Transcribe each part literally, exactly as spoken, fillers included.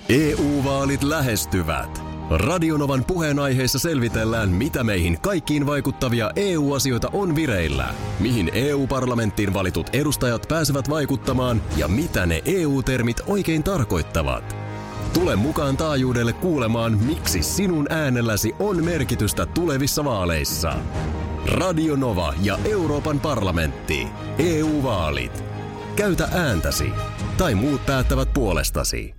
E U-vaalit lähestyvät. Radionovan puheenaiheessa selvitellään, mitä meihin kaikkiin vaikuttavia E U-asioita on vireillä, mihin E U-parlamenttiin valitut edustajat pääsevät vaikuttamaan ja mitä ne E U-termit oikein tarkoittavat. Tule mukaan taajuudelle kuulemaan, miksi sinun äänelläsi on merkitystä tulevissa vaaleissa. Radio Nova ja Euroopan parlamentti. E U-vaalit. Käytä ääntäsi. Tai muut päättävät puolestasi.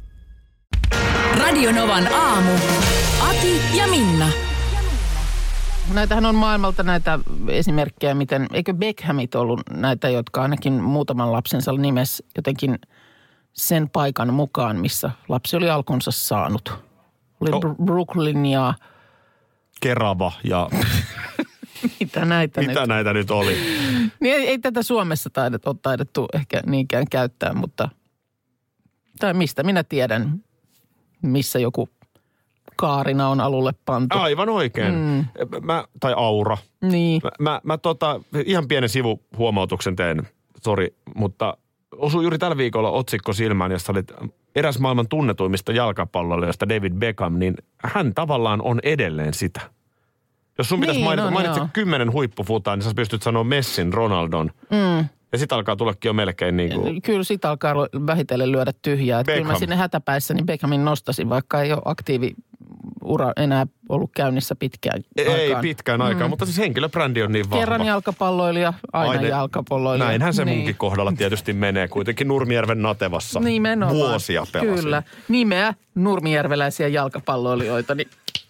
Radio Novan aamu. Ati ja Minna. Näitähän on maailmalta näitä esimerkkejä, miten, eikö Beckhamit ollut näitä, jotka ainakin muutaman lapsensa nimessä jotenkin sen paikan mukaan, missä lapsi oli alkunsa saanut. Oli oh. Brooklyn ja... Kerava ja... Mitä näitä Mitä nyt? näitä nyt oli? Niin ei, ei tätä Suomessa taidet, ole taidettu ehkä niinkään käyttää, mutta... Tai mistä minä tiedän, missä joku Kaarina on alulle pantu. Aivan oikein. Mm. Mä, tai Aura. Niin. Mä, mä, mä tota, ihan pienen sivuhuomautuksen teen, sori, mutta osui juuri tällä viikolla otsikko silmään, jossa oli eräs maailman tunnetuimmista jalkapalloilijoista David Beckham, niin hän tavallaan on edelleen sitä. Jos sun pitäisi niin, mainita, on, mainitse joo. kymmenen huippufutaa, niin sä pystyt sanoa Messin, Ronaldon. Mm. Ja sit alkaa tullakin jo melkein niin kuin... Kyllä sit alkaa vähitellen lyödä tyhjää. Että kyllä mä sinne hätäpäissä niin Beckhamin nostasin, vaikka ei ole aktiiviura enää ollut käynnissä pitkään Ei aikaan. pitkään aikaan, mm. mutta siis henkilöbrändi on niin vahva. Kerran jalkapalloilija, aina Aine, jalkapalloilija. Näinhän se niin. munkin kohdalla tietysti menee. Kuitenkin Nurmijärven Natevassa Nimenomaan. vuosia pelasin. Kyllä. Nimeä nurmijärveläisiä jalkapalloilijoita. Niin...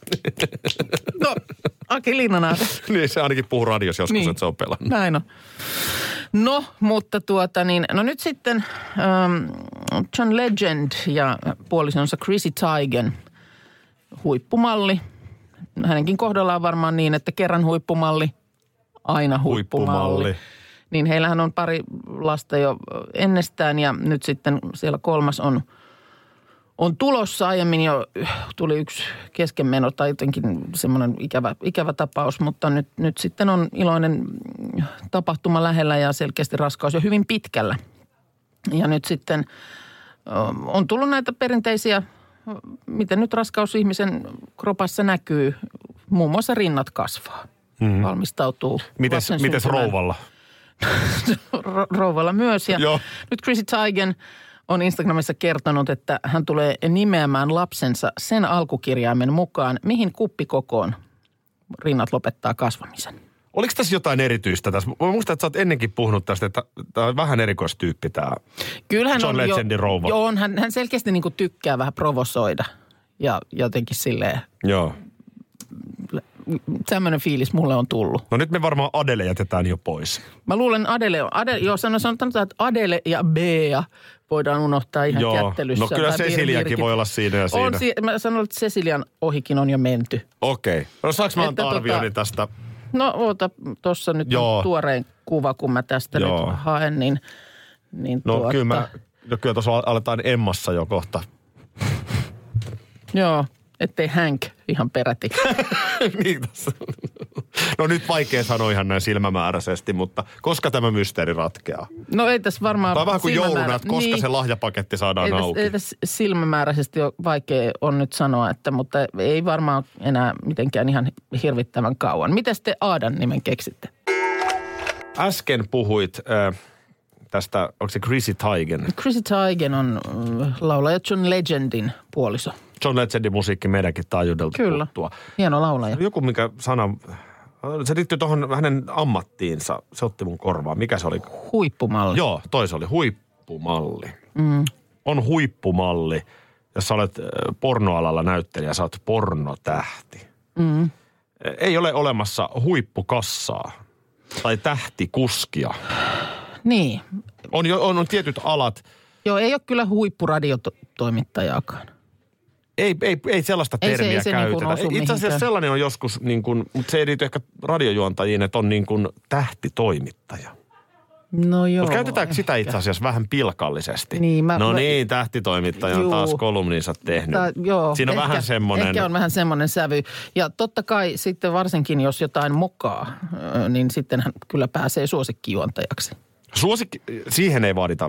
no, Aki Linnanaari. Niin, se ainakin puhuu radiossa joskus, niin. Että se on pelannut. Näin on. No, mutta tuota niin, no nyt sitten um, John Legend ja puolisonsa Chrissy Teigen, huippumalli. Hänenkin kohdallaan varmaan niin, että kerran huippumalli, aina huippumalli. huippumalli. Niin heillähän on pari lasta jo ennestään ja nyt sitten siellä kolmas on, on tulossa. Aiemmin jo tuli yksi keskenmeno tai jotenkin semmoinen ikävä, ikävä tapaus, mutta nyt, nyt sitten on iloinen tapahtuma lähellä ja selkeästi raskaus jo hyvin pitkällä. Ja nyt sitten on tullut näitä perinteisiä, miten nyt raskaus ihmisen kropassa näkyy, muun muassa rinnat kasvaa, mm-hmm. valmistautuu. Mites, mites rouvalla? rouvalla myös ja Joo. Nyt Chrissy Teigen on Instagramissa kertonut, että hän tulee nimeämään lapsensa sen alkukirjaimen mukaan, mihin kuppikokoon rinnat lopettaa kasvamisen. Oliko tässä jotain erityistä tässä? Mä muistan, että sä oot ennenkin puhunut tästä, että tämä on vähän erikoistyyppi tämä Kyllähän John on Legendin jo, rouva. Joo, on, hän, hän selkeästi niin kuin tykkää vähän provosoida ja jotenkin silleen, Joo. tämmöinen fiilis mulle on tullut. No nyt me varmaan Adele jätetään jo pois. Mä luulen Adele, Adele joo sanotaan, että Adele ja Bea voidaan unohtaa ihan Joo. kättelyssä. No kyllä Ceciliakin voi olla siinä ja siinä. On, mä sanon, että Cecilian ohikin on jo menty. Okei. Okay. No saanko mä antaa Että arvioinnin tota, tästä? No oota, tuossa nyt Joo. on tuorein kuva, kun mä tästä Joo. nyt haen, niin, niin No tuota, kyllä mä, no kyllä tuossa aletaan Emmassa jo kohta. Joo, ettei Hank ihan peräti. niin tässä. No nyt vaikea sanoa ihan näin silmämääräisesti, mutta koska tämä mysteeri ratkeaa? No ei tässä varmaan Tai vähän kuin silmämäärä- jouluna, että koska niin, se lahjapaketti saadaan ei tässä, auki. ei tässä silmämääräisesti ole vaikea on nyt sanoa, että, mutta ei varmaan enää mitenkään ihan hirvittävän kauan. Mites te Aadan nimen keksitte? Äsken puhuit äh, tästä, onko se Chrissy Teigen? Chrissy Teigen on äh, laulaja John Legendin puoliso. John Legendin musiikki meidänkin taajuudelta Kyllä, puuttua. hieno laulaja. Joku mikä sana, se liittyy tuohon hänen ammattiinsa, se otti mun korvaan. Mikä se oli? Huippumalli. Joo, toi se oli huippumalli. Mm. On huippumalli, jos sä olet pornoalalla näyttelijä, sä oot pornotähti. Mm. Ei ole olemassa huippukassaa tai tähtikuskia. Niin. On, jo, on, on tietyt alat. Joo, ei ole kyllä huippuradiotoimittajaakaan. Ei, ei, ei sellaista Ei se- termiä ei se niin kuin käytetä. osu Itse asiassa mihinkään. sellainen on joskus, niin kuin, mutta se ei liity ehkä radiojuontajiin, että on niin kuin tähtitoimittaja. No joo. Mutta käytetäänkö sitä ehkä. itse asiassa vähän pilkallisesti? Niin, mä- no mä- niin, tähtitoimittaja on Juu. taas kolumninsa tehnyt. Tää, joo, Siinä on ehkä, vähän semmoinen... Ehkä on vähän semmoinen sävy. Ja totta kai sitten varsinkin, jos jotain mokaa, ö, niin sitten hän kyllä pääsee suosikkijuontajaksi. Suosikki, siihen ei vaadita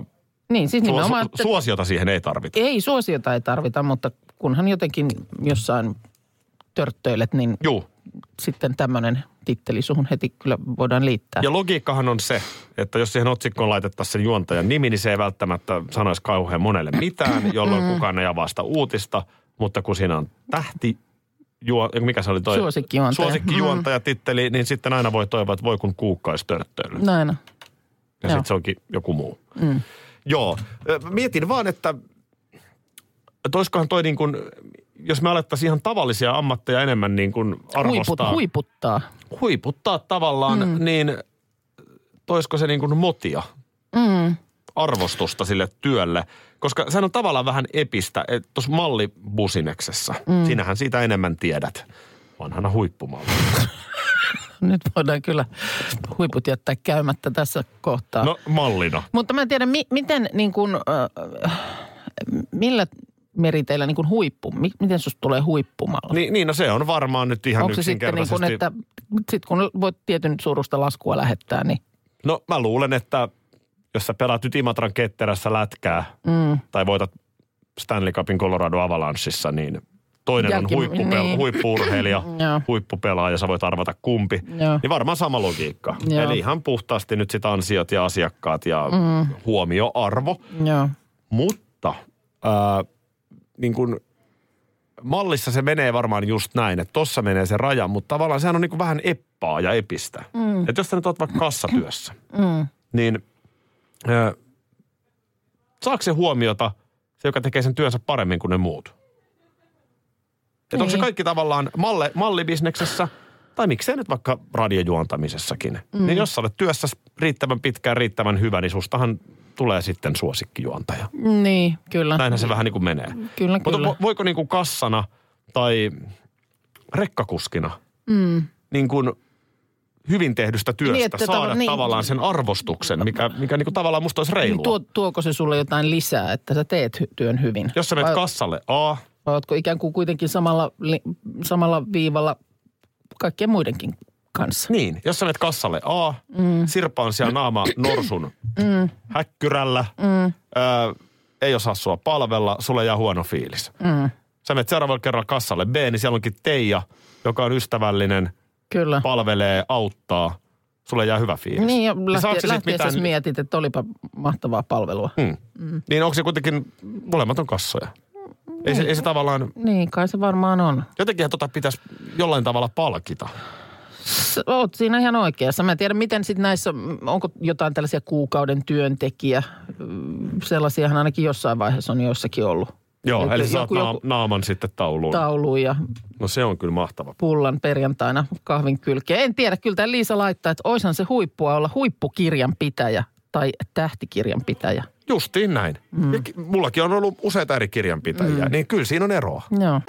Niin, siis nimenomaan, Suos, suosiota siihen ei tarvita. Ei, suosiota ei tarvita, mutta kunhan jotenkin jossain törttöilet, niin Juu. sitten tämmöinen titteli suhun heti kyllä voidaan liittää. Ja logiikkahan on se, että jos siihen otsikkoon laitettaisiin sen juontajan nimi, niin se ei välttämättä sanoisi kauhean monelle mitään, jolloin mm. kukaan ei avaa sitä uutista, mutta kun siinä on tähti, juo, mikä se oli toi? Suosikkijuontaja. Suosikkijuontajatitteli, niin sitten aina voi toivoa, että voi kun kuukkaisi törttöily. Näin. Ja sitten se onkin joku muu. Mm. Joo. Mietin vaan, että toiskohan toi niin kuin, jos me alettaisiin ihan tavallisia ammatteja enemmän niin kuin arvostaa. Huiput, huiputtaa. Huiputtaa tavallaan, mm. niin toisko se niin kuin motia, Mm. arvostusta sille työlle. Koska sehän on tavallaan vähän epistä, että tuossa mallibusineksessa, mm. sinähän siitä enemmän tiedät. Vanhana huippumalli. Nyt voidaan kyllä huiput jättää käymättä tässä kohtaa. No mallina. Mutta mä en tiedä, mi- miten niin kuin, äh, millä meriteillä niin kuin huippu, mi- miten susta tulee huippumalli? Niin, niin, no se on varmaan nyt ihan Onko se sitten niin kuin, että sit kun voit tietyn suurusta laskua lähettää, niin... No mä luulen, että jos sä pelaat nyt Imatran ketterässä lätkää mm. tai voitat Stanley Cupin Colorado Avalanchessa, niin toinen Jälki, on huippupel- niin. huippu-urheilija, huippupelaaja, ja sä voit arvata kumpi. Joo. Niin varmaan sama logiikka. Joo. Eli ihan puhtaasti nyt sit ansiot ja asiakkaat ja mm. huomioarvo. Joo. Mutta äh, niin kun mallissa se menee varmaan just näin, että tossa menee se raja, mutta tavallaan sehän on niin kuin vähän eppaa ja epistä. Mm. Että jos sä nyt oot vaikka kassatyössä, mm. niin äh, saako se huomiota se, joka tekee sen työnsä paremmin kuin ne muut? Että onko se kaikki tavallaan malle, mallibisneksessä, tai miksei nyt vaikka radiojuontamisessakin. Mm. Niin jos sä olet työssä riittävän pitkään, riittävän hyvä, niin sustahan tulee sitten suosikkijuontaja. Niin, kyllä. Näinhän se vähän niin kuin menee. Kyllä, Mutta kyllä. voiko niin kuin kassana tai rekkakuskina mm. niin kuin hyvin tehdystä työstä niin, saada tav- niin, tavallaan sen arvostuksen, mikä, mikä niin kuin tavallaan musta olisi reilua. Niin tuo, tuoko se sulle jotain lisää, että sä teet työn hyvin? Jos sä menet kassalle A... Vai ootko ikään kuin kuitenkin samalla, samalla viivalla kaikkien muidenkin kanssa? Niin, jos sä menet kassalle A, mm. Sirpa on siellä naama norsun mm. häkkyrällä, mm. Ää, ei osaa sua palvella, sulle jää huono fiilis. Mm. Sä menet seuraavalla kerralla kassalle B, niin siellä onkin Teija, joka on ystävällinen, Kyllä. palvelee, auttaa, sulle jää hyvä fiilis. Niin, ja lähti, lähtiessä mitään... mietit, että olipa mahtavaa palvelua. Hmm. Mm. Niin onko se kuitenkin, molemmat on kassoja? Ei se, ei se tavallaan... Niin, kai se varmaan on. Jotenkinhan tota pitäisi jollain tavalla palkita. Sä oot siinä ihan oikeassa. Mä en tiedä, miten sitten näissä, onko jotain tällaisia kuukauden työntekijä. Sellaisiahan ainakin jossain vaiheessa on joissakin ollut. Joo, Että eli sä saat joku, naaman sitten tauluun. Tauluun ja... No se on kyllä mahtava. Pullan perjantaina kahvin kylkeen. En tiedä, kyllä tämä Liisa laittaa, että oishan se huippua olla huippukirjanpitäjä tai tähtikirjanpitäjä. Justiin näin. Mm. Ja mullakin on ollut useita eri kirjanpitäjiä, mm. niin kyllä siinä on eroa. Joo.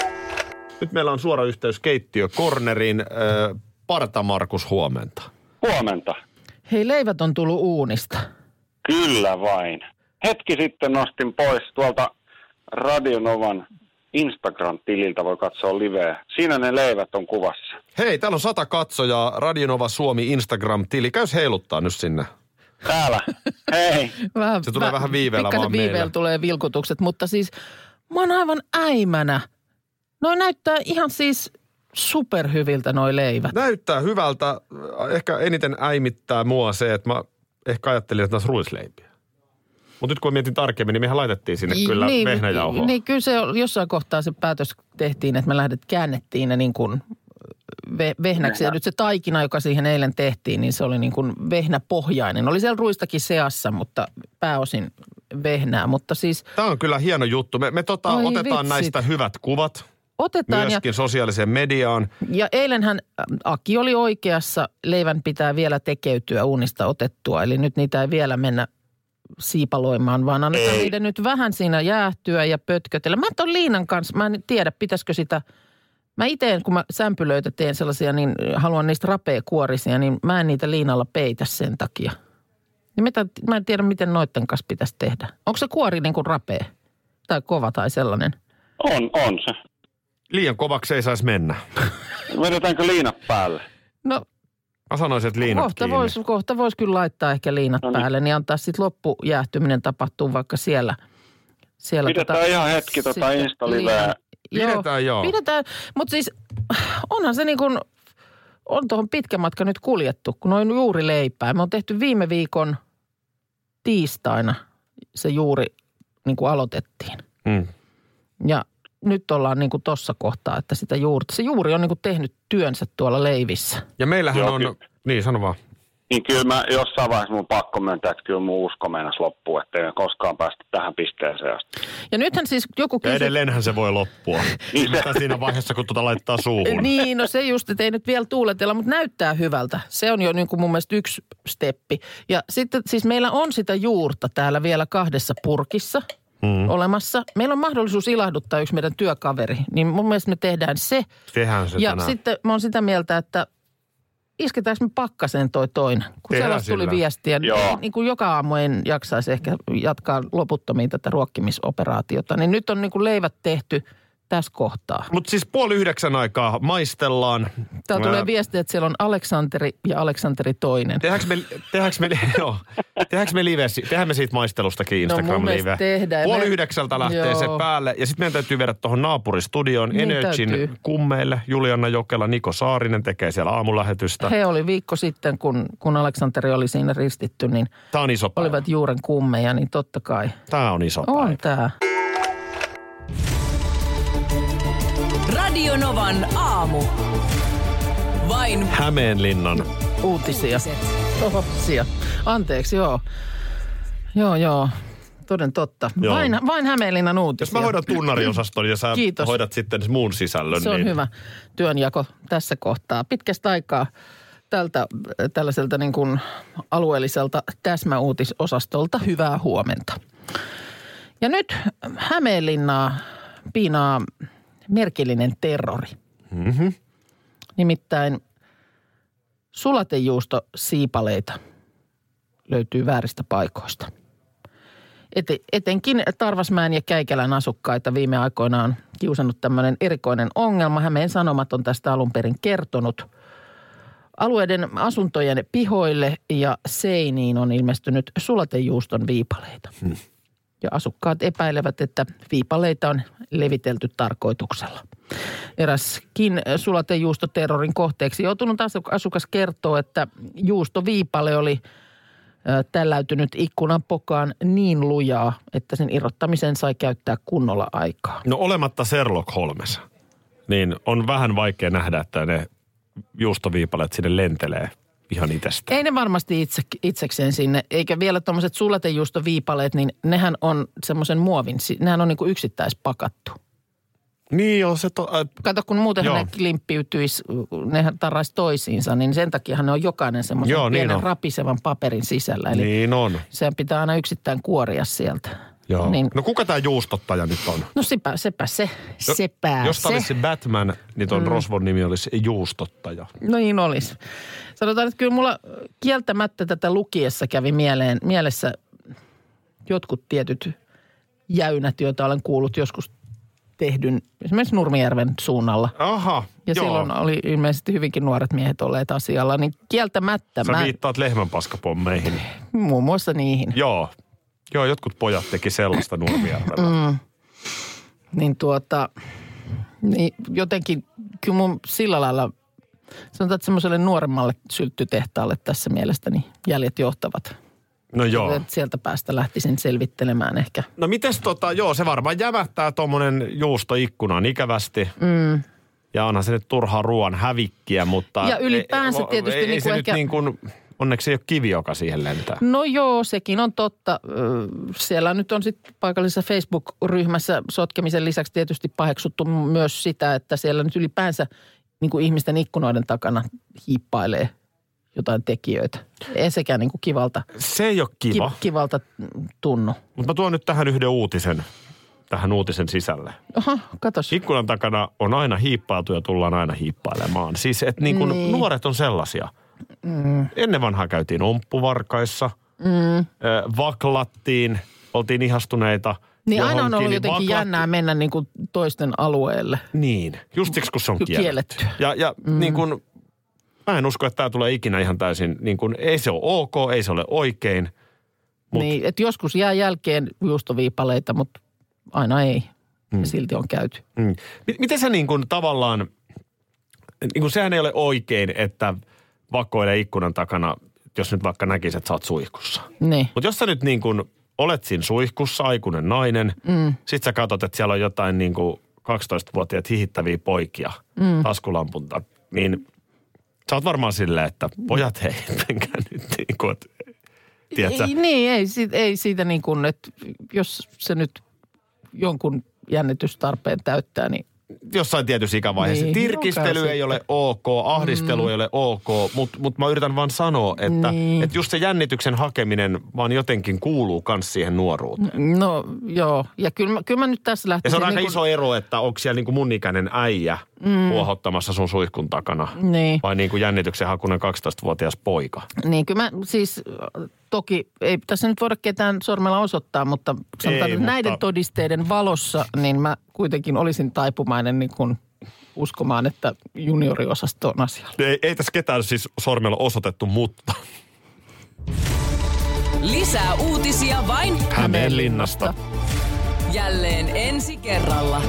Nyt meillä on suora yhteys Keittiö Cornerin. Äh, Parta Markus, huomenta. Huomenta. Hei, leivät on tullut uunista. Kyllä vain. Hetki sitten nostin pois tuolta Radio Novan Instagram-tililtä, voi katsoa liveä. Siinä ne leivät on kuvassa. Hei, täällä on sata katsojaa, Radio Nova Suomi Instagram-tili. Käys heiluttaa nyt sinne. Täällä. Hei. Vähän, se tulee väh, vähän viiveellä vaan viiveellä meillä. Tulee vilkutukset, mutta siis mä oon aivan äimänä. Noi näyttää ihan siis superhyviltä noi leivät. Näyttää hyvältä. Ehkä eniten äimittää mua se, että mä ehkä ajattelin, että tässä ruisleipiä. Mutta nyt kun mietin tarkemmin, niin mehän laitettiin sinne kyllä niin, vehnäjauhoa. Niin, kyllä se jossain kohtaa se päätös tehtiin, että me lähdet käännettiin ne niin kuin ve, vehnäksi. Ja nyt se taikina, joka siihen eilen tehtiin, niin se oli niin kuin vehnäpohjainen. Oli siellä ruistakin seassa, mutta pääosin vehnää. Mutta siis... Tämä on kyllä hieno juttu. Me, me tota, otetaan vitsit. näistä hyvät kuvat. Otetaan myöskin ja, sosiaaliseen mediaan. Ja eilenhän Aki oli oikeassa, leivän pitää vielä tekeytyä uunista otettua. Eli nyt niitä ei vielä mennä siipaloimaan, vaan annetaan ei. niiden nyt vähän siinä jäähtyä ja pötkötellä. Mä ton Liinan kanssa, mä en tiedä, pitäisikö sitä, mä itse kun mä sämpylöitä teen sellaisia, niin haluan niistä rapeakuorisia, niin mä en niitä Liinalla peitä sen takia. Niin mitä, mä en tiedä, miten noitten kanssa pitäisi tehdä. Onko se kuori niin kuin rapea tai kova tai sellainen? On, on se. Liian kovaksi ei saisi mennä. Vedetäänkö liinat päälle? No, Mä sanoisin, että liinat kohta kiinni. vois, kohta vois kyllä laittaa ehkä liinat No niin. päälle, niin antaa sitten loppujäähtyminen tapahtuu vaikka siellä. siellä Pidetään ihan hetki tota sitten Insta-liveä. liian- Pidetään, joo. Pidetään, mutta siis onhan se niin kuin, on tuohon pitkä matka nyt kuljettu, kun on juuri leipää. Me on tehty viime viikon tiistaina se juuri niin kuin aloitettiin. Mm. Ja nyt ollaan niin kuin tossa kohtaa, että sitä juurta, se juuri on niin kuin tehnyt työnsä tuolla leivissä. Ja meillähän Joo, on, kyllä. niin sano vaan. Niin kyllä mä jossain vaiheessa mun pakko myöntää, että kyllä mun usko meinas loppuu, ettei me koskaan päästä tähän pisteeseen asti. Ja nythän siis joku Ja kysyi... edelleenhän se voi loppua. Niin se- Mitä siinä vaiheessa, kun tuota laittaa suuhun? Niin, no se just, että ei nyt vielä tuuletella, mutta näyttää hyvältä. Se on jo niin kuin mun mielestä yksi steppi. Ja sitten siis meillä on sitä juurta täällä vielä kahdessa purkissa mm. olemassa. Meillä on mahdollisuus ilahduttaa yksi meidän työkaveri, niin mun mielestä me tehdään se. Tehdään se Ja tänään. sitten mä oon sitä mieltä, että isketäänkö me pakkaseen toi toinen? Kun Tehdään sellaista tuli sillä. viestiä, Joo. niin, niin kuin joka aamu en jaksaisi ehkä jatkaa loputtomiin tätä ruokkimisoperaatiota. Niin nyt on niin kuin leivät tehty tässä kohtaa. Mutta siis puoli yhdeksän aikaa maistellaan. Täällä tulee Ää, viestiä, että siellä on Aleksanteri ja Aleksanteri toinen. Tehdäänkö me, tehdäänkö me, joo, tehdäänkö me live, tehdään me siitä maistelustakin No mun Instagram-live. mielestä tehdään. Puoli Me- yhdeksältä lähtee Joo. se päälle. Ja sitten meidän täytyy viedä tuohon naapuristudioon Niin Energyn täytyy. kummeille. Juliana Jokela, Niko Saarinen tekee siellä aamulähetystä. He oli viikko sitten, kun, kun Aleksanteri oli siinä ristitty, niin Tämä on iso päivä. olivat juuren kummeja, niin totta kai. Tämä on iso päivä. On tää. Radio Novan aamu. Vain Hämeenlinnan. Uutisia. Topsia. Anteeksi, joo. Joo, joo. Toden totta. Joo. Vain, vain Hämeenlinnan uutisia. Jos mä hoidan tunnariosaston ja sä Kiitos. hoidat sitten muun sisällön. Se on niin hyvä työnjako tässä kohtaa. Pitkästä aikaa tältä tällaiselta niin kuin alueelliselta täsmäuutisosastolta hyvää huomenta. Ja nyt Hämeenlinnaa piinaa merkillinen terrori. Mm-hmm. Nimittäin sulatejuustosiipaleita löytyy vääristä paikoista. Et, etenkin Tarvasmäen ja Käikälän asukkaita viime aikoina on kiusannut tämmöinen erikoinen ongelma. Hämeen Sanomat on tästä alun perin kertonut. Alueiden asuntojen pihoille ja seiniin on ilmestynyt sulatejuuston viipaleita. Hmm. Ja asukkaat epäilevät, että viipaleita on levitelty tarkoituksella. Eräskin sulatejuustoterrorin kohteeksi joutunut asukas kertoo, että juustoviipale oli tälläytynyt ikkunan pokaan niin lujaa, että sen irrottamisen sai käyttää kunnolla aikaa. No olematta Sherlock Holmes, niin on vähän vaikea nähdä, että ne juustoviipaleet sinne lentelee ihan itsestään. Ei ne varmasti itse, itsekseen sinne, eikä vielä tuommoiset sulatejuustoviipaleet, niin nehän on semmoisen muovin, nehän on niin kuin yksittäispakattu. Niin joo, se to, äh, Kato, kun muutenhan Joo. ne klimppiytyisi, nehän tarraisi toisiinsa, niin sen takiahan ne on jokainen semmoisen Joo, niin pienen on. rapisevan paperin sisällä. Eli niin on. sehän pitää aina yksittäin kuoria sieltä. Joo. Niin, No kuka tämä juustottaja nyt on? no sepä, sepä se, Jo- sepä Jos tämä se. olisi Batman, niin ton mm. rosvon nimi olisi juustottaja. No niin olisi. Sanotaan, että kyllä mulla kieltämättä tätä lukiessa kävi mieleen, mielessä jotkut tietyt jäynät, joita olen kuullut joskus tehdyn esimerkiksi Nurmijärven suunnalla. Aha, Ja joo. silloin oli ilmeisesti hyvinkin nuoret miehet olleet asialla, niin kieltämättä Sä mä, viittaat lehmänpaskapommeihin. muun muassa niihin. Joo. Joo, jotkut pojat teki sellaista Nurmijärvellä. Mm. Niin tuota, niin jotenkin kyllä mun sillä lailla, sanotaan, että semmoiselle nuoremmalle sylttytehtaalle tässä mielestäni jäljet johtavat. No joo. Että sieltä päästä lähtisin selvittelemään ehkä. No mites tota, joo, se varmaan jämähtää tommonen juustoikkunaan ikävästi. Mm. Ja onhan se nyt turhaa ruoan hävikkiä, mutta... Ja ylipäänsä ei, tietysti ei, niin ei se kuin nyt ehkä- niin kuin, onneksi ei ole kivi, joka siihen lentää. No joo, sekin on totta. Ö, Siellä nyt on sitten paikallisessa Facebook-ryhmässä sotkemisen lisäksi tietysti paheksuttu myös sitä, että siellä nyt ylipäänsä niin kuin ihmisten ikkunoiden takana hiippailee jotain tekijöitä. Ei sekään niin kuin kivalta, Se ei ole kiva, ki, kivalta tunnu. mutta mä tuon nyt tähän yhden uutisen, tähän uutisen sisälle. Oha, katos. Ikkunan takana on aina hiippailtu ja tullaan aina hiippailemaan. Siis, että niin kuin Niin. nuoret on sellaisia. Mm. Ennen vanhaa käytiin omppuvarkaissa, mm. vaklattiin, oltiin ihastuneita. Niin aina on johonkin, ollut niin jotenkin vaklat- jännää mennä niin kuin toisten alueelle. Niin, just siksi kun se on Kyllä kielletty. kielletty. Ja, ja mm. niin kuin mä en usko, että tämä tulee ikinä ihan täysin, niin kuin, ei se ole ok, ei se ole oikein. Mut. Niin, että joskus jää jälkeen juustoviipaleita, mutta aina ei. Mm. Silti on käyty. Mm. Miten sä niin kuin tavallaan, niin kuin sehän ei ole oikein, että vakoilee ikkunan takana, jos nyt vaikka näkisi, että sä oot suihkussa. Niin. Mutta jos sä nyt niin kuin olet siinä suihkussa, aikuinen nainen, mm. sit sä katsot, että siellä on jotain niin kuin kaksitoistavuotiaat hihittäviä poikia mm. taskulampunta, niin sä oot varmaan silleen, että pojat hei, menkää nyt niin kuin, että tiedätkö? Ei, niin, ei, siitä, ei siitä niin kuin, että jos se nyt jonkun jännitystarpeen täyttää, niin jossain tietyssä ikävaiheessa. Niin, tirkistely ei ole ok, ahdistelu mm. ei ole ok, mutta mut mä yritän vaan sanoa, että niin. et just se jännityksen hakeminen vaan jotenkin kuuluu kans siihen nuoruuteen. No joo, ja kyllä mä, kyllä mä nyt tässä lähtisin. Ja se on aika niin kun iso ero, että onko siellä niin kuin mun ikäinen äijä mm. huohottamassa sun suihkun takana niin. vai niin kuin jännityksen hakunen kaksitoistavuotias poika. Niin, kyllä mä siis toki, ei tässä nyt voida ketään sormella osoittaa, mutta sanotaan, ei, että mutta näiden todisteiden valossa, niin mä kuitenkin olisin taipumainen niin kuin uskomaan, että junioriosasto on asialla. Ei, ei tässä ketään siis sormella osoitettu, mutta lisää uutisia vain Hämeenlinnasta. Jälleen ensi kerralla.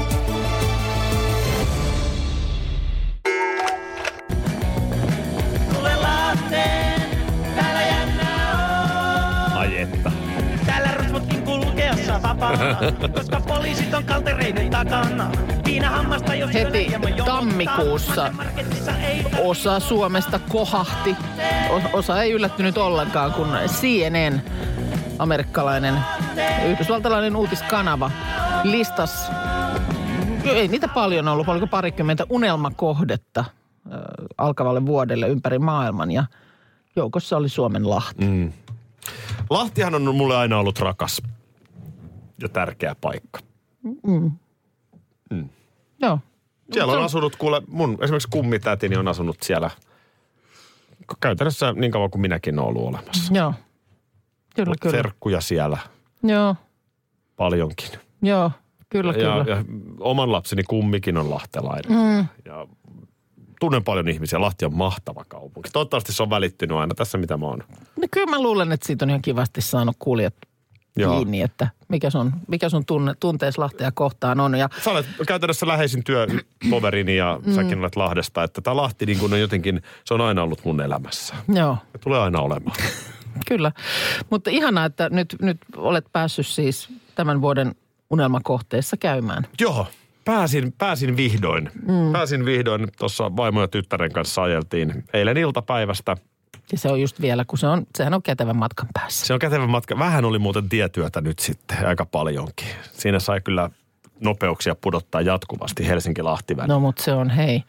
Tule Lahteen, täällä jännää on. Ai että. Täällä rosvotkin kulkeessa vapaana, koska poliisit on kaltereiden takana. Viinahammasta jos Heti tammikuussa osa Suomesta kohahti. Osa ei yllättynyt ollenkaan, kun C N N, amerikkalainen, yhdysvaltalainen uutiskanava, listas, ei niitä paljon ollut, oliko parikymmentä unelmakohdetta äh, alkavalle vuodelle ympäri maailman ja joukossa oli Suomen Lahti. Mm. Lahtihan on mulle aina ollut rakas ja tärkeä paikka. Mm. Mm. Joo. Siellä on asunut, kuule, mun esimerkiksi kummitätini on asunut siellä käytännössä niin kauan kuin minäkin olen ollut olemassa. Joo. Kyllä, kyllä. Serkkuja siellä. Joo. Paljonkin. Joo, kyllä, ja, kyllä. ja oman lapseni kummikin on lahtelainen. Mm. Ja tunnen paljon ihmisiä. Lahti on mahtava kaupunki. Toivottavasti se on välittynyt aina tässä, mitä mä oon. No kyllä mä luulen, että siitä on ihan kivasti saanut kuulijat kiinni, että mikä sun, mikä sun tunne, tuntees Lahtea kohtaan on. Ja sä olet käytännössä läheisin työtoverini ja mm. säkin olet Lahdesta, että tämä Lahti niin kuin on jotenkin, se on aina ollut mun elämässä. Joo. Ja tulee aina olemaan. Kyllä, mutta ihanaa, että nyt, nyt olet päässyt siis tämän vuoden unelmakohteessa käymään. Joo, pääsin, pääsin vihdoin. Mm. Pääsin vihdoin, tuossa vaimo ja tyttären kanssa ajeltiin eilen iltapäivästä. Ja se on just vielä, kun se on, sehän on kätevän matkan päässä. Se on kätevän matka. Vähän oli muuten tietyötä nyt sitten, aika paljonkin. Siinä sai kyllä nopeuksia pudottaa jatkuvasti Helsinki-Lahti välillä. No mutta se on, hei,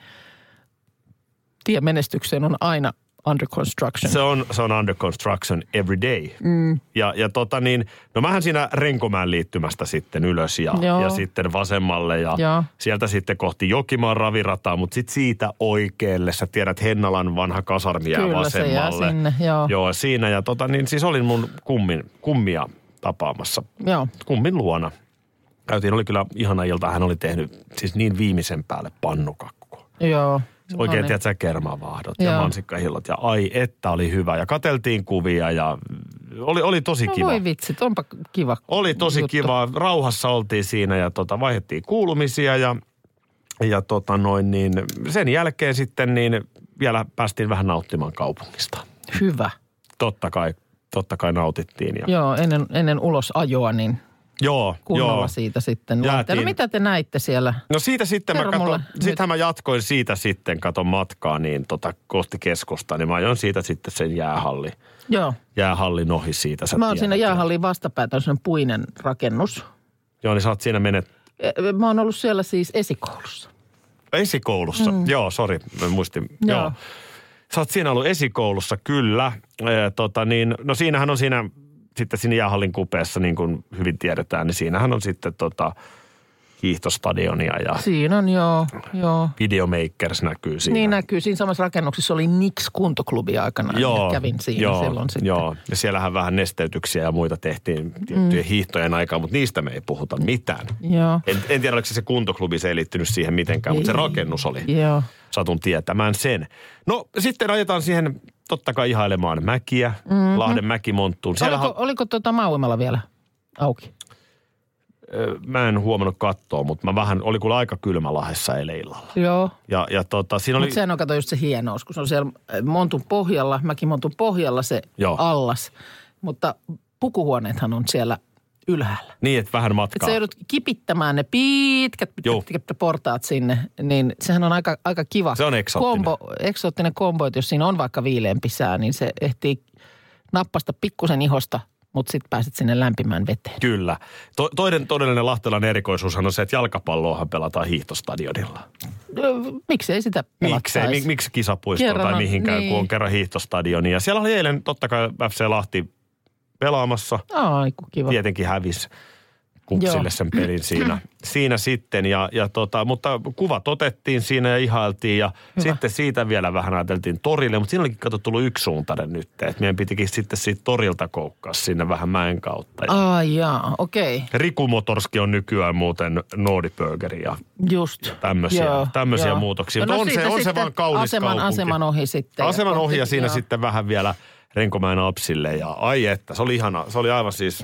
tie menestykseen on aina under construction. Se on, se on under construction every day. Mm. Ja, ja tota niin, no mähän siinä Renkomäen liittymästä sitten ylös ja, ja sitten vasemmalle ja Joo. sieltä sitten kohti Jokimaan ravirataa, mutta sitten siitä oikealle, sä tiedät Hennalan vanha kasarmi jää Kyllä, vasemmalle. Kyllä se jää sinne, joo. Joo, siinä ja tota niin, siis olin mun kummin, kummia tapaamassa. Joo. Kummin luona. Käytiin, oli kyllä ihana ilta, hän oli tehnyt siis niin viimeisen päälle pannukakkua. Joo. Oikein, tiedät sä, kermavahdot ja mansikkahillot ja ai, että oli hyvä. Ja katseltiin kuvia ja oli, oli tosi no kiva. Voi vitsit, onpa kiva. Oli tosi juttu. Kiva. Rauhassa oltiin siinä ja tota, vaihdettiin kuulumisia ja, ja tota noin niin, sen jälkeen sitten niin vielä päästiin vähän nauttimaan kaupungista. Hyvä. Totta kai, totta kai nautittiin. Ja joo, ennen, ennen ulosajoa niin Joo, kunnolla joo. siitä sitten. Jäätiin. No mitä te näitte siellä? No siitä sitten Kerro mä katon, sittenhän mä jatkoin siitä sitten, katon matkaa niin tota kohti keskustaa, niin mä ajoin siitä sitten sen jäähalli. Joo. Jäähallin ohi siitä. Mä oon siinä jäähallin vastapäätä, on sellainen puinen rakennus. Joo, niin sä oot siinä menet. Mä oon ollut siellä siis esikoulussa. Esikoulussa? Mm. Joo, sori, mä muistin. Joo. Joo. Sä oot siinä ollut esikoulussa, kyllä. E, tota niin, no siinähän on siinä sitten siinä jäähallin kupeessa, niin kuin hyvin tiedetään, niin siinähän on sitten tota, hiihtostadionia ja Siinä on, joo, joo. Videomakers näkyy siinä. Niin näkyy. Siinä samassa rakennuksessa oli Nix kuntoklubi aikanaan. Joo, kävin siinä joo, silloin sitten. Joo, ja siellähän vähän nesteytyksiä ja muita tehtiin tiettyjen mm. hiihtojen aikaan, mutta niistä me ei puhuta mitään. Joo. En, en tiedä, oliko se, se kuntoklubi, se ei liittynyt siihen mitenkään, mutta se rakennus oli. Joo. Satun tietämään sen. No sitten ajetaan siihen totta kai ihailemaan mäkiä, mm-hmm. Lahden mäkimonttuun. Siellähän... Oliko, oliko tuota Mauimalla vielä auki? Mä en huomannut katsoa, mutta mä vähän, oli kyllä aika kylmä Lahdessa eilen illalla. Joo. Ja, ja tota, siinä oli... Mutta sehän on, kato just se hienous, kun se on siellä montun pohjalla, mäkimontun pohjalla se Joo. allas. Mutta pukuhuoneethan on siellä ylhäällä. Niin, että vähän matkaa. Että sä joudut kipittämään ne pitkät, pitkät, pitkät portaat sinne, niin sehän on aika, aika kiva. Se on eksoottinen. Kombo, eksoottinen kombo, että jos siinä on vaikka viileämpi sää, niin se ehtii nappasta pikkusen ihosta, mutta sitten pääset sinne lämpimään veteen. Kyllä. To, toinen todellinen lahtelainen erikoisuushan on se, että jalkapalloahan pelataan hiihtostadionilla. Miksi ei sitä pelattaisi? Miksei? Miksi kisapuistoon tai mihinkään, niin. kun on kerran hiihtostadioni. Ja siellä oli eilen totta kai F C Lahti pelaamassa. Ai, kun kiva. Tietenkin hävisi Kupsille Joo. sen pelin siinä, siinä sitten. Ja, ja tota, mutta kuvat otettiin siinä ja ihailtiin ja Hyvä. sitten siitä vielä vähän ajateltiin torille. Mutta siinä olikin kato tullut yksisuuntainen nyt, että meidän pitikin sitten siitä torilta koukkaa sinne vähän mäen kautta. Ja Ai jaa, okei. Okay. Riku Motorski on nykyään muuten Nordiburgeri ja, Just. ja tämmöisiä, Joo, tämmöisiä joo. muutoksia. No, on, no se, on se vaan kaunis aseman, kaupunki. Aseman ohi sitten. Aseman ohi ja siinä joo. sitten vähän vielä Renkomäen Apsille ja ai että, se oli ihana. Se oli aivan siis...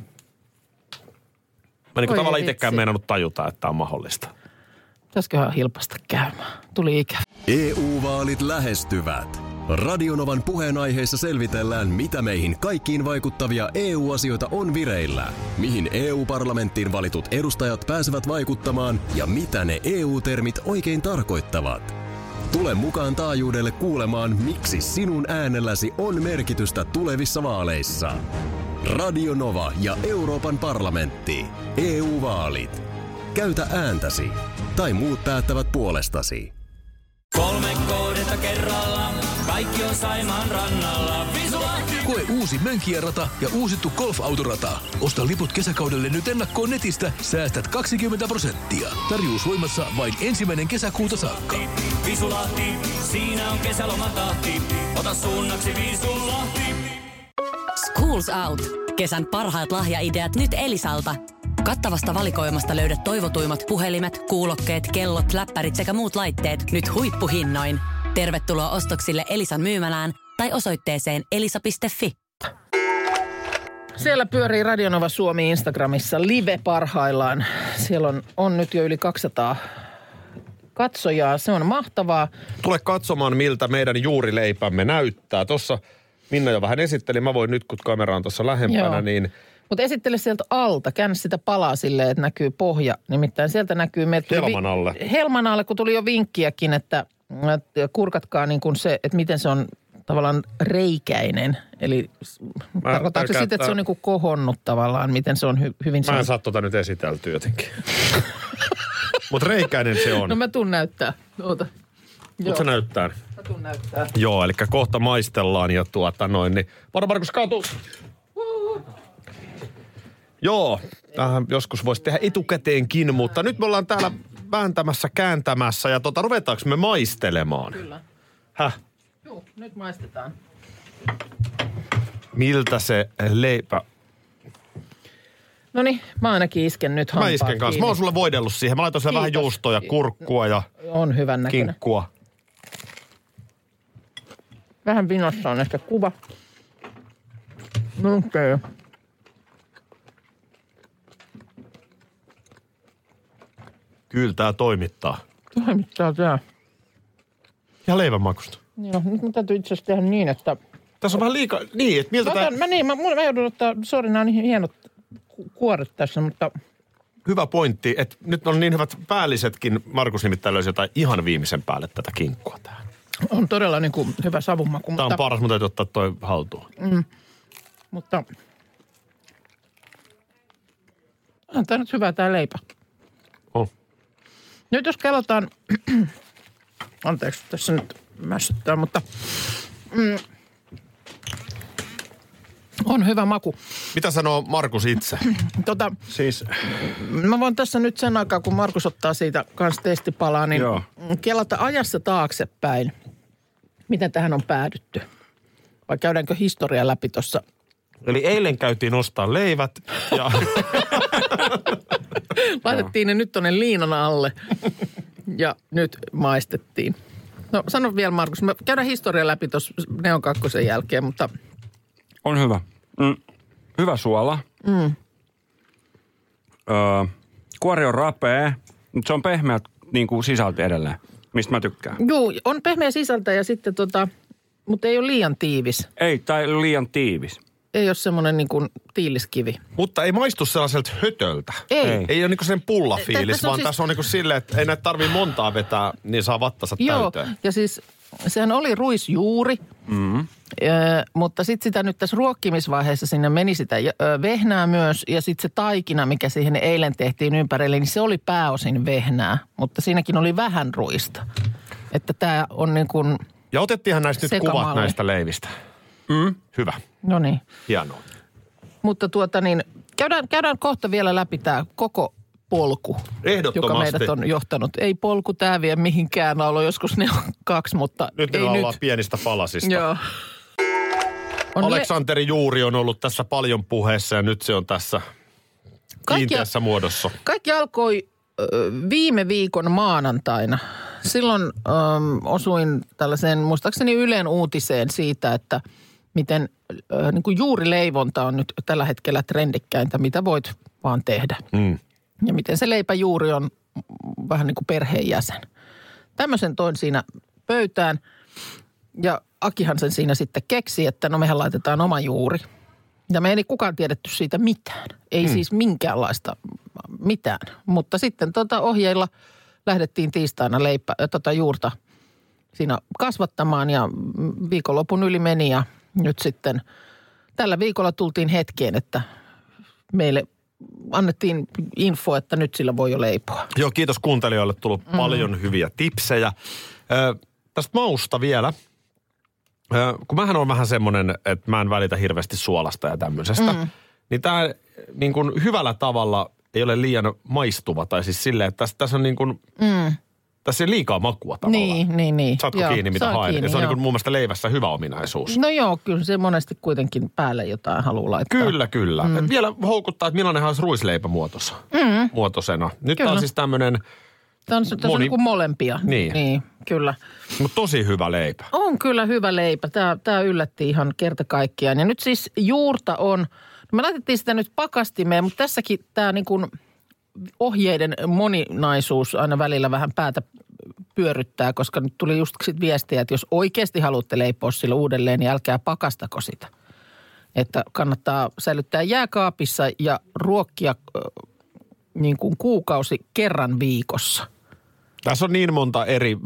Mä niin kuin tavallaan itsekään meinannut tajuta, että tämä on mahdollista. Pitäisiköhän hilpasta käymään. Tuli ikävä. E U-vaalit lähestyvät. Radionovan puheenaiheessa selvitellään, mitä meihin kaikkiin vaikuttavia E U-asioita on vireillä, mihin E U-parlamenttiin valitut edustajat pääsevät vaikuttamaan ja mitä ne E U-termit oikein tarkoittavat. Tule mukaan taajuudelle kuulemaan, miksi sinun äänelläsi on merkitystä tulevissa vaaleissa. Radio Nova ja Euroopan parlamentti. E U-vaalit. Käytä ääntäsi. Tai muut päättävät puolestasi. Kolme kohdetta kerralla. Kaikki on Saimaan rannalla. Visulahti! Koe uusi Mönkijärata ja uusittu golfautorata. Osta liput kesäkaudelle nyt ennakkoon netistä. Säästät kaksikymmentä prosenttia. Tarjous voimassa vain ensimmäinen kesäkuuta saakka. Visulahti, siinä on kesälomatahti. Ota suunnaksi Visulahti. Schools Out. Kesän parhaat lahjaideat nyt Elisalta. Kattavasta valikoimasta löydät toivotuimmat puhelimet, kuulokkeet, kellot, läppärit sekä muut laitteet nyt huippuhinnoin. Tervetuloa ostoksille Elisan myymälään tai osoitteeseen elisa piste fi. Siellä pyörii Radio Nova Suomi Instagramissa live parhaillaan. Siellä on, on nyt jo yli kaksisataa katsojaa. Se on mahtavaa. Tule katsomaan, miltä meidän juurileipämme näyttää. Tuossa Minna jo vähän esitteli. Mä voin nyt, kun kamera on tuossa lähempänä, Joo. niin... Mutta esittele sieltä alta. Käännä sitä palaa silleen, että näkyy pohja. Nimittäin sieltä näkyy... Helman alle. Vi- helman alle, kun tuli jo vinkkiäkin, että kurkatkaa niin kuin se, että miten se on tavallaan reikäinen. Eli Mä tarkoittaako se sitten, että se on niin kuin kohonnut tavallaan, miten se on hy- hyvin... Mä en saa tota nyt esiteltyä jotenkin. Mutta reikäinen se on. No mä tuun näyttää. Oota. Mutta se näyttää. Mä tuun näyttää. Joo, eli kohta maistellaan ja tuota noin, niin... Varo Markus, kaatu! Joo, tähän joskus voisi tehdä etukäteenkin, mutta nyt me ollaan täällä vääntämässä, kääntämässä ja tota, ruvetaanko me maistelemaan? Kyllä. Häh? Joo, nyt maistetaan. Miltä se leipä? Noniin, mä ainakin isken nyt hampaa Mä isken kanssa. Mä oon sulle voidellut siihen. Mä laitoin sen vähän juustoa ja kurkkua ja on hyvän näköinen. Kinkkua. Vähän vinossa on ehkä kuva. No okei. Okay. Kyllä tää toimittaa. Toimittaa tää. Ja leivän makusta. Joo, nyt mä täytyy itse asiassa tehdä niin, että... Tässä on vähän liikaa... Niin, että miltä mä, otan, tää... mä, niin, mä, mä joudun ottaa... Sori, nämä on niin hienot kuoret tässä, mutta... Hyvä pointti, että nyt on niin hyvät päällisetkin. Markus nimittäin löysi jotain ihan viimeisen päälle tätä kinkkua tähän. On todella niin kuin hyvä savumaku, Tää mutta... on paras, mutta täytyy ottaa toi haltuun. Mm, mutta... On tää nyt hyvä tää leipä. On. Nyt jos kellotaan... Anteeksi, tässä nyt mässyttää, mutta... Mm, On hyvä maku. Mitä sanoo Markus itse? Tota, Siis, mä voin tässä nyt sen aikaa, kun Markus ottaa siitä kanssa testipalaa, niin Joo. kelata ajassa taaksepäin. Miten tähän on päädytty? Vai käydäänkö historia läpi tuossa? Eli eilen käytiin ostaa leivät ja Laitettiin ne nyt tonne liinan alle ja nyt maistettiin. No sano vielä Markus, me käydään historia läpi tuossa Neon kakkosen jälkeen, mutta... on hyvä. Mm. Hyvä suola. Mm. Öö, kuori on rapea, mutta se on pehmeä niin kuin sisältö edelleen, mistä mä tykkään. Juu, on pehmeä sisältö ja sitten tota, mutta ei ole liian tiivis. Ei, tai liian tiivis. Ei ole semmoinen niin kuin tiiliskivi. mutta ei maistu sellaiselta hötöltä. Ei. Ei. Ei ole niinku sen pullafiilis, Tässä on vaan siis- tässä on niinku silleen, että ei näitä tarvii montaa vetää, niin saa vattansa Joo, täyteen. ja siis sehän oli ruisjuuri, mm-hmm. ö, mutta sitten sitä nyt tässä ruokkimisvaiheessa sinne meni sitä ö, vehnää myös. Ja sitten se taikina, mikä siihen eilen tehtiin ympärille, niin se oli pääosin vehnää, mutta siinäkin oli vähän ruista. Että tämä on niin kuin, Ja otettiinhan näistä nyt Sekamalli. kuvat näistä leivistä. Mm. Hyvä. no niin. Hienoa. Mutta tuota niin, käydään, käydään kohta vielä läpi tämä koko polku, Ehdottomasti. joka meidät on johtanut. Ei polku tämä vie mihinkään, laulu joskus ne on kaksi, mutta Nyt ei ne ollaan nyt. pienistä palasista. Joo. On le- Aleksanteri Juuri on ollut tässä paljon puheessa ja nyt se on tässä Kaikki- kiinteässä muodossa. Kaikki alkoi ö, viime viikon maanantaina. Silloin ö, osuin tällaiseen, muistaakseni Ylen uutiseen siitä, että miten ö, niin kuin juurileivonta on nyt tällä hetkellä trendikkäintä, mitä voit vaan tehdä. Mm. Ja miten se leipäjuuri on vähän niin kuin perheenjäsen. Tämmöisen toin siinä pöytään ja Akihan sen siinä sitten keksi, että no mehän laitetaan oma juuri. Ja me ei kukaan tiedetty siitä mitään. Ei hmm. siis minkäänlaista mitään. Mutta sitten tota ohjeilla lähdettiin tiistaina leipä, tota juurta siinä kasvattamaan ja viikonlopun yli meni. Ja nyt sitten tällä viikolla tultiin hetkeen, että meille annettiin info, että nyt sillä voi jo leipoa. Joo, kiitos kuuntelijoille. Tullut mm. paljon hyviä tipsejä. Ö, tästä mausta vielä. Ö, kun mähän on vähän semmoinen, että mä en välitä hirveästi suolasta ja tämmöisestä. Mm. Niin tää niin kuin hyvällä tavalla ei ole liian maistuva. Tai siis silleen, että tässä, tässä on niin kuin, mm. tässä ei liikaa makua tavallaan. Niin, niin, niin. Saatko Joo, kiinni, mitä saan haen? kiinni, Ja se on niin joo. kuin mun mielestä leivässä hyvä ominaisuus. No joo, kyllä se monesti kuitenkin päälle jotain haluaa laittaa. Kyllä, kyllä. Mm. Et vielä houkuttaa, että millainen olisi ruisleipämuotosa. Mm. Muotoisena. Nyt Kyllä. tää on siis tämmöinen, Tämä on, tässä on Moni- niin kuin molempia. Niin. Niin, kyllä. mutta tosi hyvä leipä. On kyllä hyvä leipä. Tämä, tämä yllätti ihan kerta kaikkiaan. Ja nyt siis juurta on, no me laitettiin sitä nyt pakastimeen, mutta tässäkin tämä niin kuin ohjeiden moninaisuus aina välillä vähän päätä pyörryttää, koska nyt tuli just sit viestiä, että jos oikeasti haluatte leipoa sille uudelleen, niin älkää pakastako sitä. Että kannattaa säilyttää jääkaapissa ja ruokkia äh, niin kuin kuukausi kerran viikossa. Tässä on niin monta eri...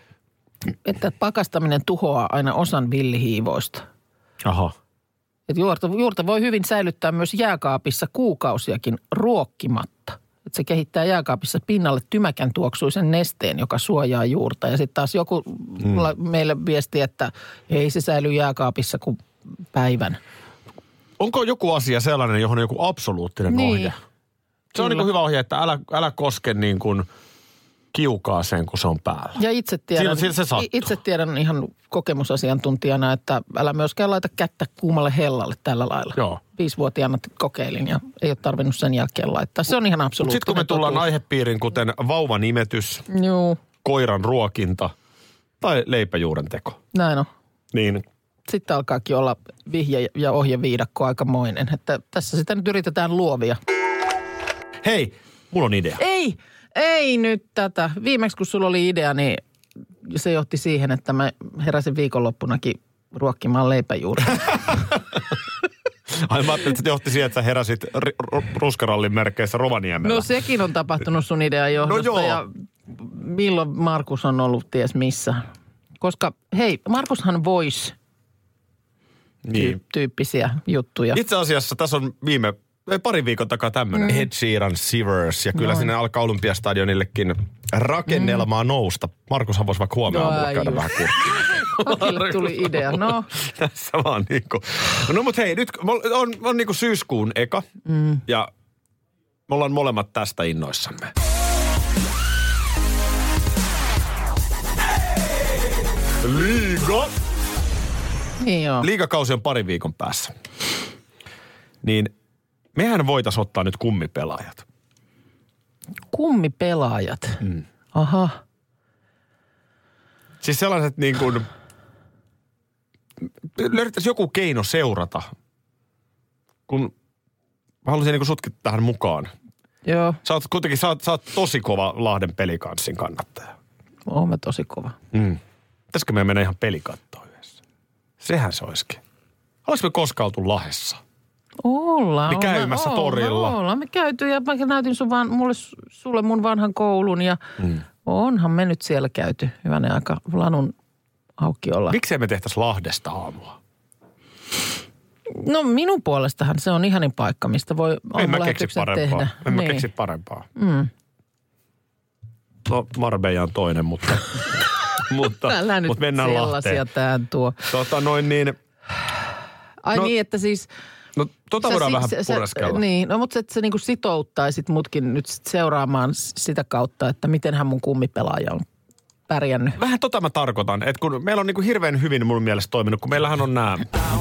Että pakastaminen tuhoaa aina osan villihiivoista. Aha. Että juurta, juurta voi hyvin säilyttää myös jääkaapissa kuukausiakin ruokkimatta. Että se kehittää jääkaapissa pinnalle tymäkän tuoksuisen nesteen, joka suojaa juurta. Ja sitten taas joku mm. meille viesti, että ei se säily jääkaapissa kuin päivän. Onko joku asia sellainen, johon on joku absoluuttinen Niin. ohje? Se on niin kuin hyvä ohje, että älä, älä koske niin kuin kiukaaseen, kun se on päällä. Ja itse tiedän, Siinä- siinä se sattuu. itse tiedän ihan kokemusasiantuntijana, että älä myöskään laita kättä kuumalle hellalle tällä lailla. Joo. Viisivuotiaana kokeilin ja ei ole tarvinnut sen jälkeen laittaa. Se on ihan absoluuttinen Sitten kun me tullaan totuus. aihepiiriin, kuten vauvan imetys, Joo, koiran ruokinta tai leipäjuuren teko, näin on. niin Sitten alkaakin olla vihje- ja ohjeviidakko aikamoinen. Että tässä sitä nyt yritetään luovia. hei, mulla on idea. Ei, ei nyt tätä. Viimeksi kun sulla oli idea, niin se johti siihen, että mä heräsin viikonloppunakin ruokkimaan leipäjuuria. Ai mä ajattelin, että se johti siihen, että sä heräsit ri- ru- ruskarallin merkeissä Rovaniemellä. No sekin on tapahtunut sun idean johdosta. No joo. Ja milloin Markus on ollut ties missä. Koska hei, Markushan voisi niin. tyyppisiä juttuja. Itse asiassa tässä on viime, ei, parin viikon takaa tämmöinen mm. Ed Sheeran Shivers. Ja kyllä Noin. sinne alkaa Olympiastadionillekin rakennelmaa mm. nousta. Markushan voisi vaikka huomenna No, aamulla käydä just. vähän kurkkiin. Akille tuli idea, no. Tässä vaan niinku. No mut hei, nyt on, on niinku syyskuun eka. Mm. Ja me ollaan molemmat tästä innoissamme. Liiga! Niin joo. Liigakausi on parin viikon päässä. Niin mehän voitaisiin ottaa nyt kummipelaajat. Kummipelaajat? Mm. Aha. Siis sellaiset niin kuin, löydettäisiin joku keino seurata, kun mä haluaisin niin kuin sutkin tähän mukaan. Joo. Sä oot kuitenkin, sä oot, sä oot tosi kova Lahden Pelikanssin kannattaja. Oon mä tosi kova. Mm. Pitäisikö me mennä ihan pelikattoon yhdessä? Sehän se olisikin. Olisiko me koskaan oltu Lahdessa? Ollaan. Me käymässä ollaan, torilla. Ollaan. Me käyty ja mä näytin sun vaan, mulle, sulle mun vanhan koulun ja mm. onhan me nyt siellä käyty. Hyvänen aika lanun auki olla. Miksei me tehtäisi Lahdesta aamua? No minun puolestahan se on ihanin paikka, mistä voi aamulähetyksen tehdä. En niin. mä keksi parempaa. Mm. No Marbella on toinen, mutta, mutta, mutta mennään Lahteen. Tämän tuo. Tota noin niin. Ai no, niin, että siis. No tota voidaan vähän pureskella. Niin, no mutta että sä niinku sitouttaisit mutkin nyt sit seuraamaan sitä kautta, että mitenhän mun kummipelaaja on pärjännyt. Vähän tota mä tarkoitan, että kun meillä on niinku hirveän hyvin mun mielestä toiminut, kun meillähän on nämä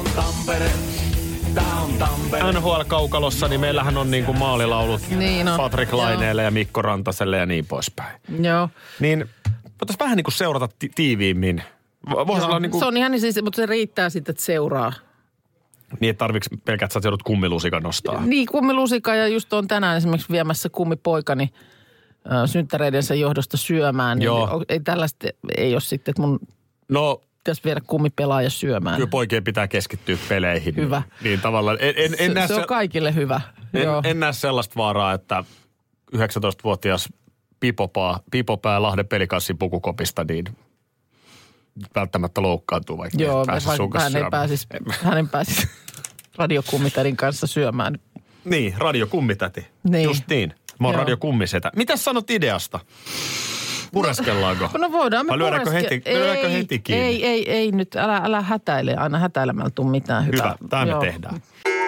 N H L-kaukalossa, niin meillähän on niinku maalilaulut niin no, Patrik Laineelle ja Mikko Rantaselle ja niin poispäin. Joo. Niin voitaisiin vähän niinku seurata ti- tiiviimmin. Olla niinku... Se on ihan niin siis, mutta se riittää sitten, että seuraa. Niin, että tarvitsetko pelkät, että sä joudut kummilusikan nostaa? Niin, kummilusika ja just on tänään esimerkiksi viemässä kummipoikani äh, synttäreidensä johdosta syömään. Niin Joo. ei tällaista, ei ole sitten, että mun no, pitäisi viedä kummipelaaja syömään. Kyllä poikien pitää keskittyä peleihin. Hyvä. Niin tavallaan, en, en, en se, näe se on se, kaikille hyvä. En, Joo. en näe sellaista vaaraa, että yhdeksäntoistavuotias pipopää, pipopää Lahden Pelikanssin pukukopista, niin välttämättä loukkaantuu, vaikka Joo, ei pääse sun kanssa hän ei pääsisi, hän ei pääsisi radiokummitärin kanssa syömään. Niin, radiokummitäti. Niin. Just niin. Mä oon Joo. radiokummisetä. Mitäs sanot ideasta? Pureskellaanko? No voidaan me Vai lyödäänkö heti, lyödäänkö heti kiinni? Ei, ei, ei nyt. Älä, älä hätäile. Aina hätäilemällä tuu mitään hyvää. Hyvä, tämä me Joo. tehdään.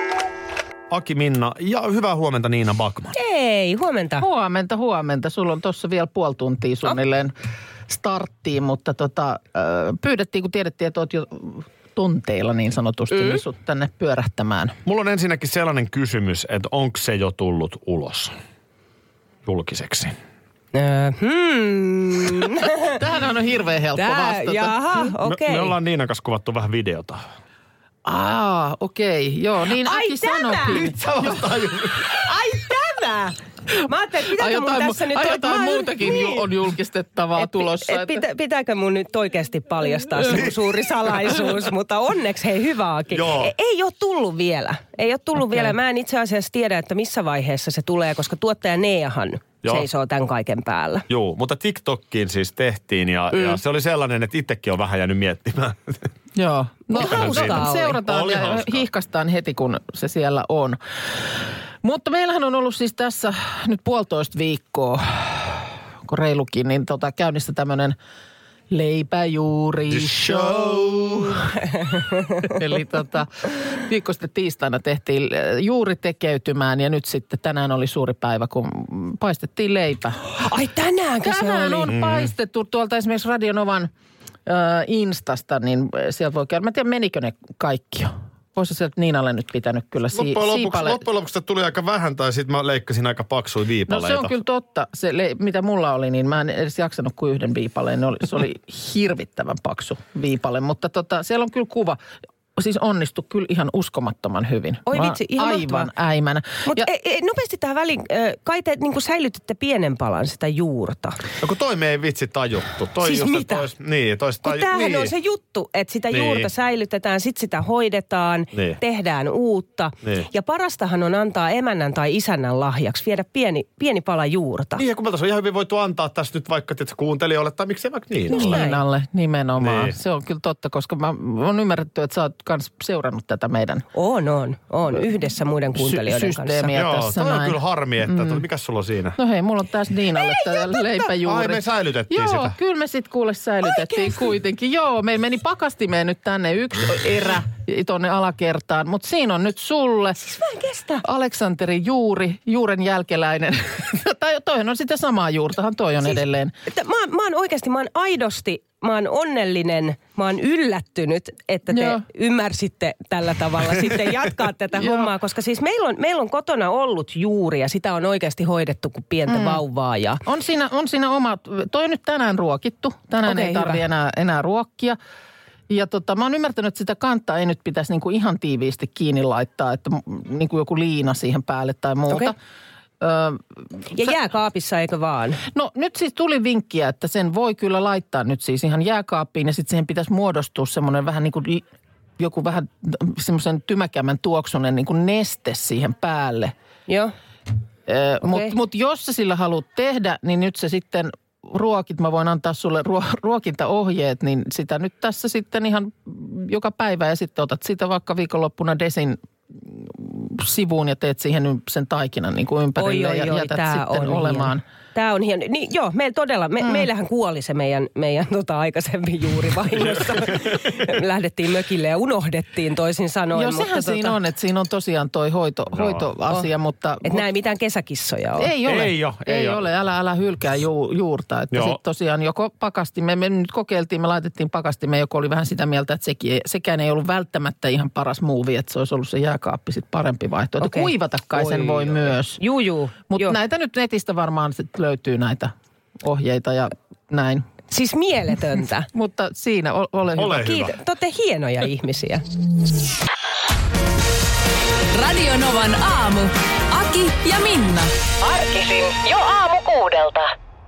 Aki Minna ja hyvää huomenta Niina Backman. Ei, huomenta. Huomenta, huomenta. Sulla on tuossa vielä puoli tuntia suunnilleen starttiin, mutta tota, pyydettiin, kun tiedettiin, että oot jo tunteilla niin sanotusti, mm. niin sut tänne pyörähtämään. Mulla on ensinnäkin sellainen kysymys, että onko se jo tullut ulos julkiseksi? Öö, hmm. Tähän on hirveän helppo Tää, vastata. Jaha, okei. Me, me ollaan Niinan kanssa kuvattu vähän videota. Aa, okei. Okay. Joo, niin Ai Aki tämä! sanokin. Nyt sä vasta Ai tämä! Mä ajattelin, että pitääkö mun jotain, tässä nyt... ai jotain muutakin niin. on julkistettavaa et, tulossa. Et, että... pitä, pitääkö mun nyt oikeasti paljastaa se mun suuri salaisuus, mutta onneksi hei hyvääkin. Ei, ei ole tullut vielä. Ei ole tullut okay. vielä. Mä en itse asiassa tiedä, että missä vaiheessa se tulee, koska tuottaja Neahan Joo. seisoo tämän kaiken päällä. Joo, mutta TikTokkiin siis tehtiin ja, mm. ja se oli sellainen, että itsekin on vähän jäänyt miettimään. Joo. No, no seurataan oli ja hauskaa. hihkastaan heti, kun se siellä on. Mutta meillähän on ollut siis tässä nyt puolitoista viikkoa, kun reilukin, niin tota, käynnissä tämmöinen leipäjuuri show. Eli tota, viikko sitten tiistaina tehtiin juuri tekeytymään ja nyt sitten tänään oli suuri päivä, kun paistettiin leipä. Ai tänäänkö se oli? Tänään on mm. paistettu tuolta esimerkiksi Radionovan äh, Instasta, niin sieltä voi käydä. Mä en tiedä, menikö ne kaikki jo. Voisi sieltä Niinalle nyt pitänyt kyllä si- loppujen lopuksi, siipale. loppujen lopuksi tuli aika vähän tai sitten mä leikkasin aika paksuja viipaleita. No se on kyllä totta. Se, le- mitä mulla oli, niin mä en edes jaksanut kuin yhden viipaleen. Oli, se oli hirvittävän paksu viipale, mutta tota, siellä on kyllä kuva. Siis onnistu kyllä ihan uskomattoman hyvin. Oi vitsi, ihan aivan mahtavaa. äimänä. Mutta Ja- e, e, nopeasti tähän väliin, äh, kai te niin säilytitte pienen palan sitä juurta. No kun toi me ei vitsi tajuttu. Toi Siis just, mitä? Tois, niin, tois, Kun taj, tämähän niin. on se juttu, että sitä Niin. juurta säilytetään, sit sitä hoidetaan, Niin. tehdään uutta. Niin. Ja parastahan on antaa emännän tai isännän lahjaksi, viedä pieni, pieni pala juurta. Niin, ja kun me tässä on ihan hyvin voitu antaa tässä nyt vaikka tietysti kuuntelijoille tai miksei vaikka niin. Niinalle nimenomaan. Niin. Se on kyllä totta, koska mä on ymmärretty, että sä oot kans seurannut tätä meidän... On, on, on. Yhdessä muiden kuuntelijoiden sy- kanssa. Joo, tässä toi on näin. kyllä harmi, että Mm. mikäs sulla on siinä? No hei, mulla on taas Niinalle tää leipäjuuri. Ai, me säilytettiin Joo, sitä. kyllä me sit kuule säilytettiin Oikeesti? kuitenkin. Joo, me meni pakastimeen nyt tänne yksi erä tonne alakertaan, mutta siinä on nyt sulle. Siis mä en kestä. Aleksanterin juuri, juuren jälkeläinen. tai toihan on sitä samaa juurtahan, toi on Siis, edelleen. Että mä, oon- mä oon oikeasti, mä oon aidosti, mä oon onnellinen, mä oon yllättynyt, että te Joo. ymmärsitte tällä tavalla sitten jatkaa tätä Joo. hommaa. Koska siis meillä on, meillä on kotona ollut juuri ja sitä on oikeasti hoidettu kuin pientä mm. vauvaa. Ja... On siinä, on siinä oma, toi on nyt tänään ruokittu. Tänään Okei, ei tarvitse hyvä. enää, enää ruokkia. Ja tota, mä oon ymmärtänyt, että sitä kantaa ei nyt pitäisi niinku ihan tiiviisti kiinni laittaa, että m- niinku joku liina siihen päälle tai muuta. Okei. Öö, Ja sä- jääkaapissa, eikö vaan? No nyt siis tuli vinkkiä, että sen voi kyllä laittaa nyt siis ihan jääkaappiin ja sitten siihen pitäisi muodostua semmoinen vähän niin kuin li- joku vähän semmoisen tymäkämmän tuoksunen niin kuin neste siihen päälle. Joo. Öö, Okei. Mutta mut jos sä sillä haluat tehdä, niin nyt se sitten ruokit, mä voin antaa sulle ruo- ruokintaohjeet, niin sitä nyt tässä sitten ihan joka päivä ja sitten otat sitä vaikka viikonloppuna desin sivuun ja teet siihen sen taikinan niin kuin ympärille Oi, oi, ja oi, jätät tää sitten on olemaan. hieno. Tämä on hieno. Niin, joo, me todella, me, mm. meillähän kuoli se meidän, meidän tota, aikaisemmin juuri vahingossa. Lähdettiin mökille ja unohdettiin toisin sanoen. Joo, mutta sehän tota, siinä on, että siinä on tosiaan toi hoito, hoitoasia, oh. mutta... Että näin mitään kesäkissoja ole. Ei ole, Ei ole, ei, ei ole. Älä, älä hylkää ju, juurta. Että sitten tosiaan joko pakastimme, me nyt kokeiltiin, me laitettiin pakastimme, joka oli vähän sitä mieltä, että sekin, sekään ei ollut välttämättä ihan paras muuvi, että se olisi ollut se jääkaappi sitten parempi vaihtoehto. Okei. Kuivata kai sen Oi, voi oi. myös. Juu, juu. Mutta Joo. näitä nyt netistä varmaan sit löytyy näitä ohjeita ja näin. Siis mieletöntä. Mutta siinä, o- ole, Ole hyvä. hyvä. Kiitos. Te olette hienoja ihmisiä. Radio Novan aamu. Aki ja Minna. Arkisin jo aamu kuudelta.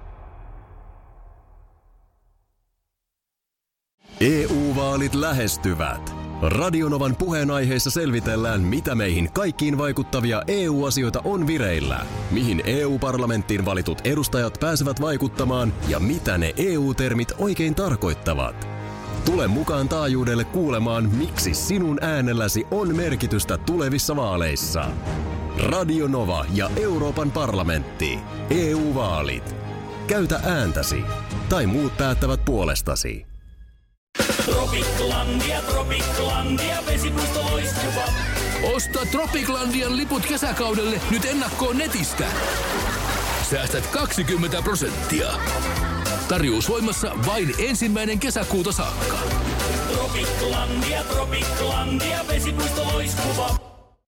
E U-vaalit lähestyvät. Radionovan puheenaiheessa selvitellään, mitä meihin kaikkiin vaikuttavia E U-asioita on vireillä, mihin E U-parlamenttiin valitut edustajat pääsevät vaikuttamaan ja mitä ne E U-termit oikein tarkoittavat. Tule mukaan taajuudelle kuulemaan, miksi sinun äänelläsi on merkitystä tulevissa vaaleissa. Radio Nova ja Euroopan parlamentti. E U-vaalit. Käytä ääntäsi. Tai muut päättävät puolestasi. Tropiklandia, Tropiklandia, vesipuisto loistuva. Osta Tropiklandian liput kesäkaudelle nyt ennakkoon netistä. Säästät kaksikymmentä prosenttia. Tarjous voimassa vain ensimmäinen kesäkuuta saakka. Tropiklandia, Tropiklandia, vesipuisto loistuva.